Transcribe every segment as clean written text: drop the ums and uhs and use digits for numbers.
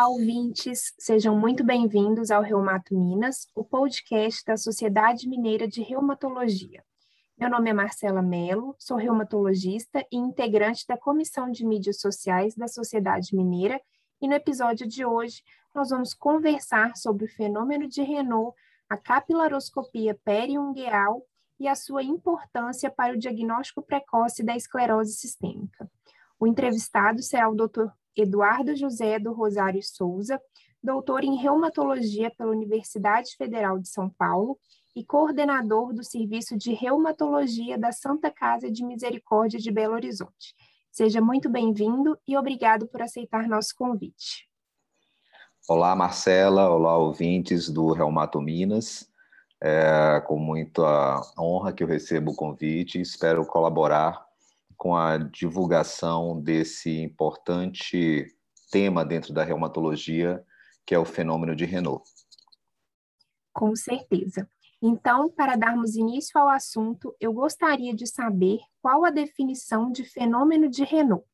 Olá, ouvintes! Sejam muito bem-vindos ao Reumato Minas, o podcast da Sociedade Mineira de Reumatologia. Meu nome é Marcela Mello, sou reumatologista e integrante da Comissão de Mídias Sociais da Sociedade Mineira, e no episódio de hoje nós vamos conversar sobre o fenômeno de Renault, a capilaroscopia periungueal e a sua importância para o diagnóstico precoce da esclerose sistêmica. O entrevistado será o Dr. Eduardo José do Rosário Souza, doutor em reumatologia pela Universidade Federal de São Paulo e coordenador do Serviço de Reumatologia da Santa Casa de Misericórdia de Belo Horizonte. Seja muito bem-vindo e obrigado por aceitar nosso convite. Olá, Marcela. Olá, ouvintes do Reumato Minas. É com muita honra que eu recebo o convite e espero colaborar com a divulgação desse importante tema dentro da reumatologia, que é o fenômeno de Renault. Com certeza. Então, para darmos início ao assunto, eu gostaria de saber qual a definição de fenômeno de Renault.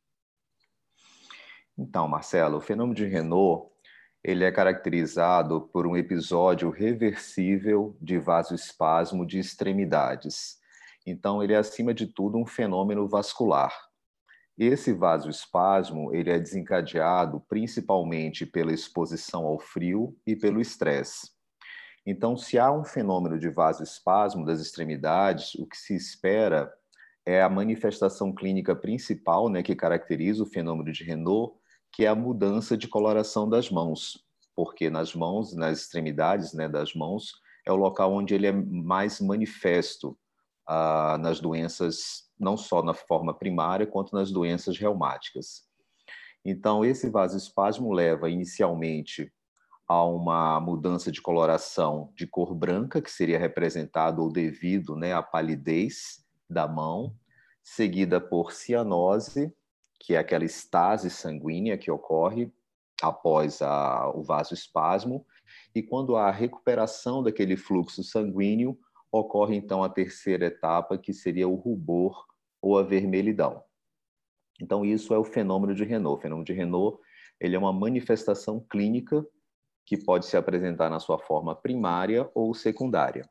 Então, Marcelo, o fenômeno de Renault, ele é caracterizado por um episódio reversível de vasoespasmo de extremidades. Então, ele é, acima de tudo, um fenômeno vascular. Esse vasoespasmo, ele é desencadeado principalmente pela exposição ao frio e pelo estresse. Então, se há um fenômeno de vasoespasmo das extremidades, o que se espera é a manifestação clínica principal, né, que caracteriza o fenômeno de Renault, que é a mudança de coloração das mãos, porque nas mãos, nas extremidades, né, das mãos, é o local onde ele é mais manifesto nas doenças, não só na forma primária, quanto nas doenças reumáticas. Então, esse vasoespasmo leva inicialmente a uma mudança de coloração de cor branca, que seria representado ou devido, né, à palidez da mão, seguida por cianose, que é aquela estase sanguínea que ocorre após o vasoespasmo, e quando há recuperação daquele fluxo sanguíneo, ocorre então a terceira etapa, que seria o rubor ou a vermelhidão. Então, isso é o fenômeno de Renault. O fenômeno de Renault, ele é uma manifestação clínica que pode se apresentar na sua forma primária ou secundária.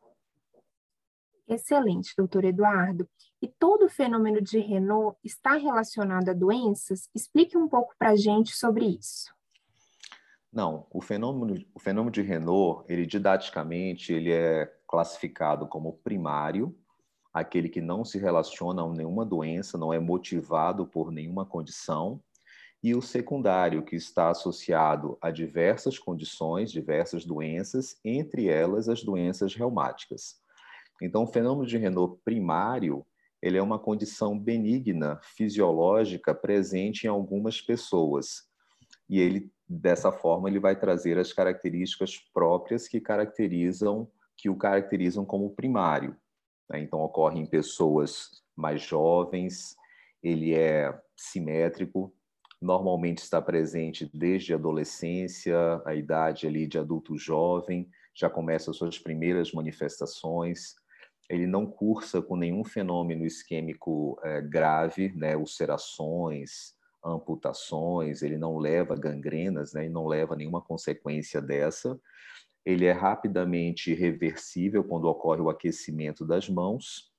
Excelente, doutor Eduardo. E todo o fenômeno de Renault está relacionado a doenças? Explique um pouco para a gente sobre isso. Não, o fenômeno de Renault, ele didaticamente, ele é classificado como primário, aquele que não se relaciona a nenhuma doença, não é motivado por nenhuma condição, e o secundário, que está associado a diversas condições, diversas doenças, entre elas as doenças reumáticas. Então, o fenômeno de Renault primário, ele é uma condição benigna, fisiológica, presente em algumas pessoas. E ele, dessa forma, ele vai trazer as características próprias que o caracterizam como primário. Então, ocorre em pessoas mais jovens, ele é simétrico, normalmente está presente desde a adolescência, a idade ali de adulto jovem, já começa as suas primeiras manifestações. Ele não cursa com nenhum fenômeno isquêmico grave, né, ulcerações, amputações, ele não leva gangrenas, né, e não leva nenhuma consequência dessa. Ele é rapidamente reversível quando ocorre o aquecimento das mãos.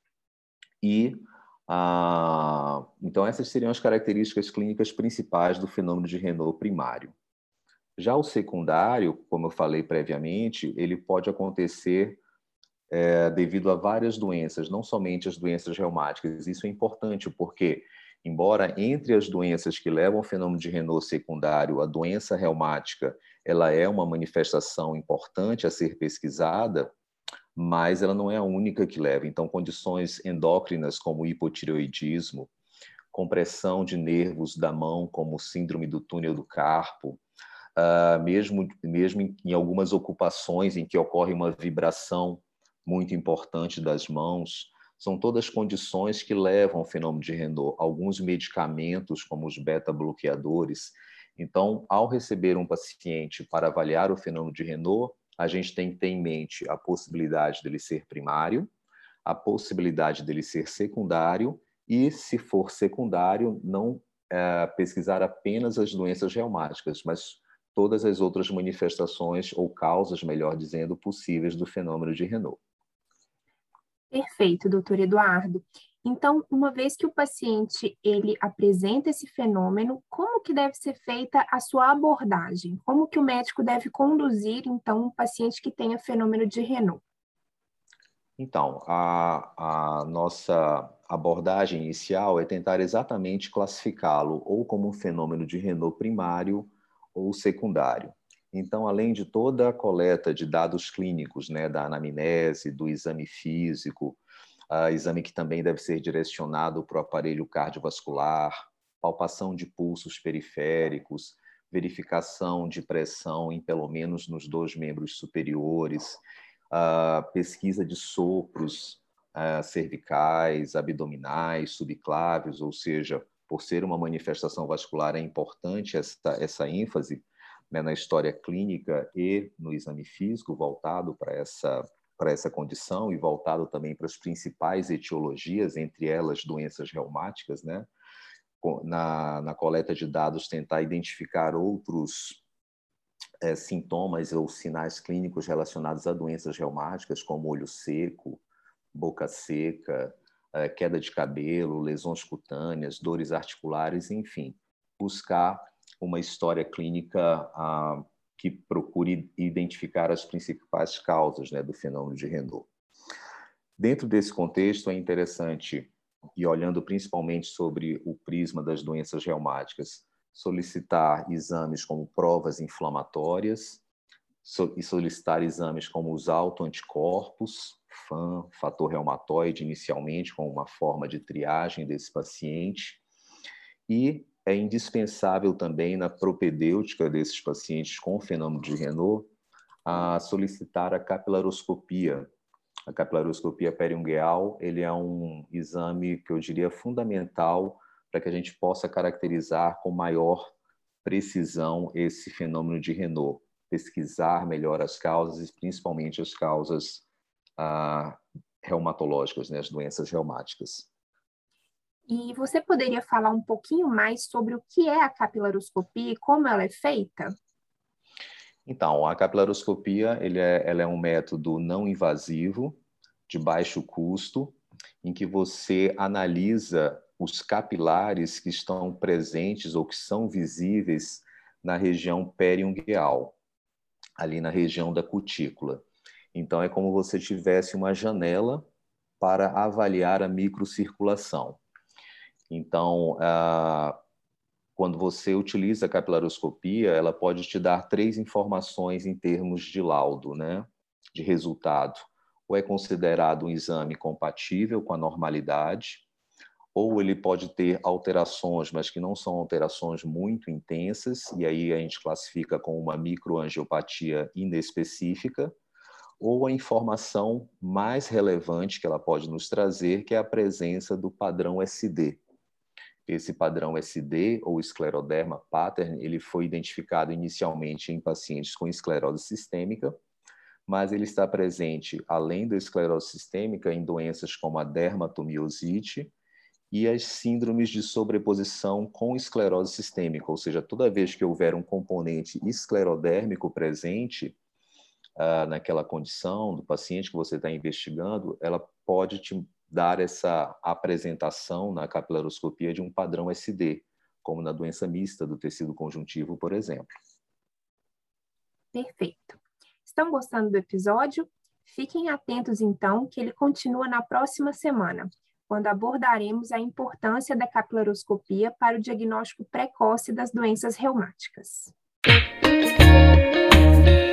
E, então, essas seriam as características clínicas principais do fenômeno de Renault primário. Já o secundário, como eu falei previamente, ele pode acontecer devido a várias doenças, não somente as doenças reumáticas. Isso é importante porque, embora entre as doenças que levam ao fenômeno de Renault secundário, a doença reumática ela é uma manifestação importante a ser pesquisada, mas ela não é a única que leva. Então, condições endócrinas como hipotireoidismo, compressão de nervos da mão, como síndrome do túnel do carpo, mesmo em algumas ocupações em que ocorre uma vibração muito importante das mãos, são todas condições que levam ao fenômeno de Renault. Alguns medicamentos, como os beta-bloqueadores. Então, ao receber um paciente para avaliar o fenômeno de Renault, a gente tem que ter em mente a possibilidade dele ser primário, a possibilidade dele ser secundário e, se for secundário, não pesquisar apenas as doenças reumáticas, mas todas as outras manifestações ou causas, melhor dizendo, possíveis do fenômeno de Raynaud. Perfeito, doutor Eduardo. Então, uma vez que o paciente ele apresenta esse fenômeno, como que deve ser feita a sua abordagem? Como que o médico deve conduzir, então, um paciente que tenha fenômeno de Raynaud? Então, a nossa abordagem inicial é tentar exatamente classificá-lo ou como um fenômeno de Raynaud primário ou secundário. Então, além de toda a coleta de dados clínicos, né, da anamnese, do exame físico, exame que também deve ser direcionado para o aparelho cardiovascular, palpação de pulsos periféricos, verificação de pressão em pelo menos nos 2 membros superiores, pesquisa de sopros cervicais, abdominais, subclávios, ou seja, por ser uma manifestação vascular, é importante essa ênfase, né, na história clínica e no exame físico voltado para essa condição e voltado também para as principais etiologias, entre elas doenças reumáticas, né? Na coleta de dados, tentar identificar outros sintomas ou sinais clínicos relacionados a doenças reumáticas, como olho seco, boca seca, queda de cabelo, lesões cutâneas, dores articulares, enfim, buscar uma história clínica que procure identificar as principais causas, né, do fenômeno de Raynaud. Dentro desse contexto, é interessante, e olhando principalmente sobre o prisma das doenças reumáticas, solicitar exames como provas inflamatórias e solicitar exames como os autoanticorpos, FAM, fator reumatoide, inicialmente, como uma forma de triagem desse paciente. E é indispensável também na propedêutica desses pacientes com fenômeno de Raynaud a solicitar a capilaroscopia. A capilaroscopia periungueal, ele é um exame que eu diria fundamental para que a gente possa caracterizar com maior precisão esse fenômeno de Raynaud, pesquisar melhor as causas e principalmente as causas reumatológicas, né, as doenças reumáticas. E você poderia falar um pouquinho mais sobre o que é a capilaroscopia e como ela é feita? Então, a capilaroscopia ela é um método não invasivo, de baixo custo, em que você analisa os capilares que estão presentes ou que são visíveis na região periungueal, ali na região da cutícula. Então, é como se você tivesse uma janela para avaliar a microcirculação. Então, quando você utiliza a capilaroscopia, ela pode te dar 3 informações em termos de laudo, né? De resultado. Ou é considerado um exame compatível com a normalidade, ou ele pode ter alterações, mas que não são alterações muito intensas, e aí a gente classifica como uma microangiopatia inespecífica, ou a informação mais relevante que ela pode nos trazer, que é a presença do padrão SD. Esse padrão SD, ou escleroderma pattern, ele foi identificado inicialmente em pacientes com esclerose sistêmica, mas ele está presente, além da esclerose sistêmica, em doenças como a dermatomiosite e as síndromes de sobreposição com esclerose sistêmica, ou seja, toda vez que houver um componente esclerodérmico presente naquela condição do paciente que você está investigando, ela pode te dar essa apresentação na capilaroscopia de um padrão SD, como na doença mista do tecido conjuntivo, por exemplo. Perfeito. Estão gostando do episódio? Fiquem atentos, então, que ele continua na próxima semana, quando abordaremos a importância da capilaroscopia para o diagnóstico precoce das doenças reumáticas.